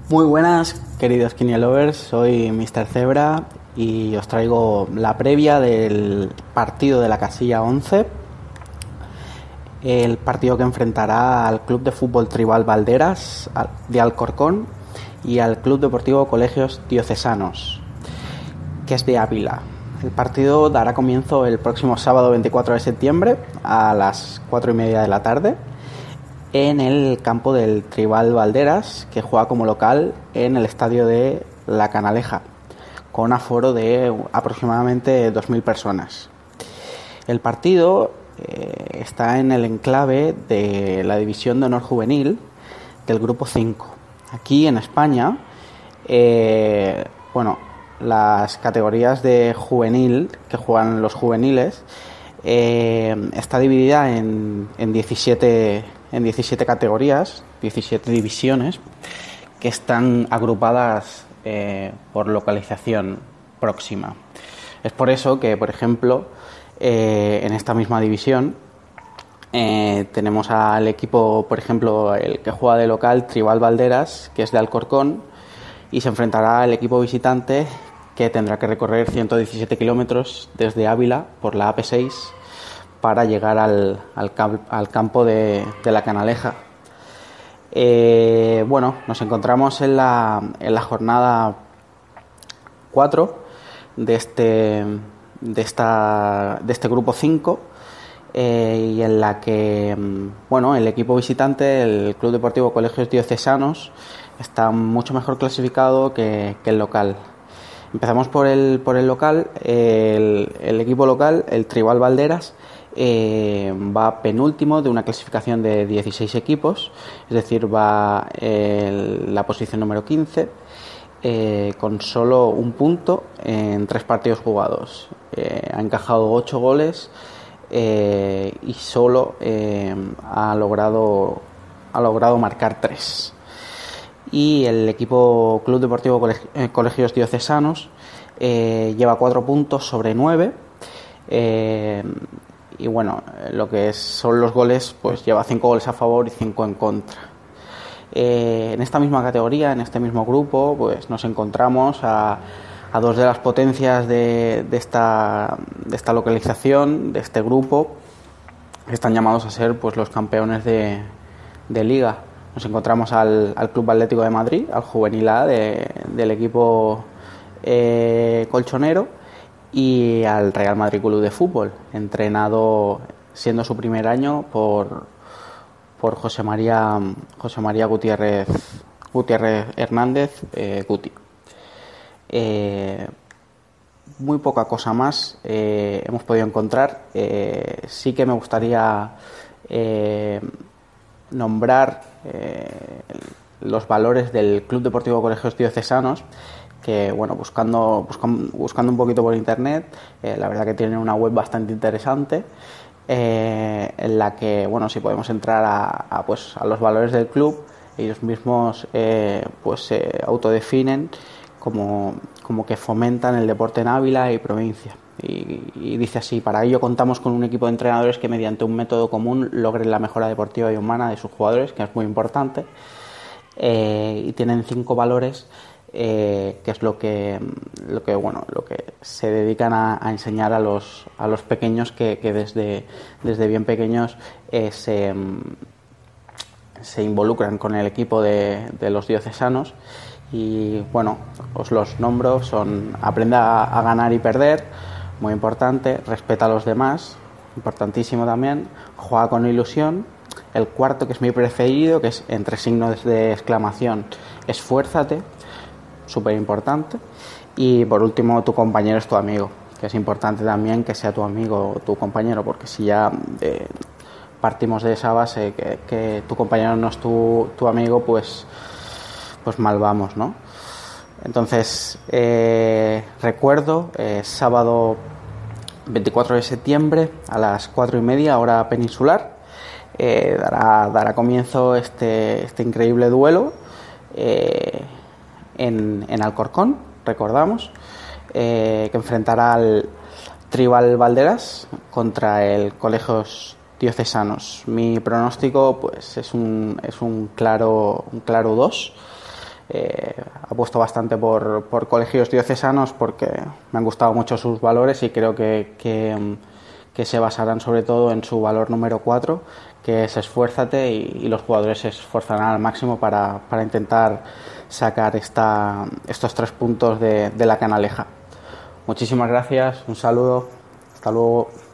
Muy buenas, queridos Kinielovers, soy Mr. Zebra y os traigo la previa del partido de la casilla 11, el partido que enfrentará al Club de Fútbol Tribal Valderas de Alcorcón y al Club Deportivo Colegios Diocesanos, que es de Ávila. El partido dará comienzo el próximo sábado 24 de septiembre a las 4:30 de la tarde en el campo del Tribal Valderas, que juega como local en el estadio de La Canaleja, con aforo de aproximadamente 2.000 personas. El partido está en el enclave de la División de Honor Juvenil del Grupo 5. Aquí en España, las categorías de juvenil que juegan los juveniles está dividida en 17 categorías, 17 divisiones que están agrupadas por localización próxima. Es por eso que, por ejemplo, en esta misma división tenemos al equipo, por ejemplo, el que juega de local, Tribal Valderas, que es de Alcorcón, y se enfrentará al equipo visitante, que tendrá que recorrer 117 kilómetros desde Ávila por la AP6 para llegar al campo de La Canaleja. Nos encontramos en la jornada 4 de este grupo 5, y en la que el equipo visitante, el Club Deportivo Colegios Diocesanos, está mucho mejor clasificado que el local. Empezamos por el local. El equipo local, el Tribal Valderas, va penúltimo de una clasificación de 16 equipos, es decir, va en la posición número 15, con solo un punto en 3 partidos jugados. Ha encajado 8 goles y solo ha logrado marcar 3. Y el equipo Club Deportivo Colegios Diocesanos lleva 4 puntos sobre 9. Lo que son los goles, pues lleva 5 goles a favor y 5 en contra. En esta misma categoría, en este mismo grupo, pues nos encontramos a 2 de las potencias de esta localización, de este grupo, que están llamados a ser pues los campeones de liga. Nos encontramos al Club Atlético de Madrid, al Juvenil A del equipo colchonero, y al Real Madrid Club de Fútbol, entrenado, siendo su primer año, por José María Gutiérrez Hernández, Guti. Muy poca cosa más hemos podido encontrar. Sí que me gustaría nombrar los valores del Club Deportivo Colegios Diocesanos, que buscando un poquito por internet, la verdad que tienen una web bastante interesante, en la que si podemos entrar a los valores del club. Ellos mismos se autodefinen como que fomentan el deporte en Ávila y provincia, y dice así: para ello contamos con un equipo de entrenadores que mediante un método común logren la mejora deportiva y humana de sus jugadores, que es muy importante, y tienen 5 valores, que es lo que se dedican a enseñar a los pequeños, que desde bien pequeños se involucran con el equipo de los diocesanos. Y os los nombro: son aprenda a ganar y perder, muy importante; respeta a los demás, importantísimo también; juega con ilusión; el cuarto, que es mi preferido, que es entre signos de exclamación, esfuérzate, súper importante; y por último, tu compañero es tu amigo, que es importante también que sea tu amigo o tu compañero, porque si ya partimos de esa base, que tu compañero no es tu amigo, pues mal vamos, ¿no? Entonces, recuerdo, sábado 24 de septiembre a las 4:30 hora peninsular, dará comienzo este increíble duelo en Alcorcón, recordamos, que enfrentará al Tribal Valderas contra el Colegios Diocesanos. Mi pronóstico, pues, es un claro 2. Apuesto bastante por colegios diocesanos porque me han gustado mucho sus valores y creo que se basarán sobre todo en su valor número 4, que es esfuérzate, y los jugadores se esforzarán al máximo para intentar sacar estos 3 puntos de la canaleja. Muchísimas gracias, un saludo, hasta luego.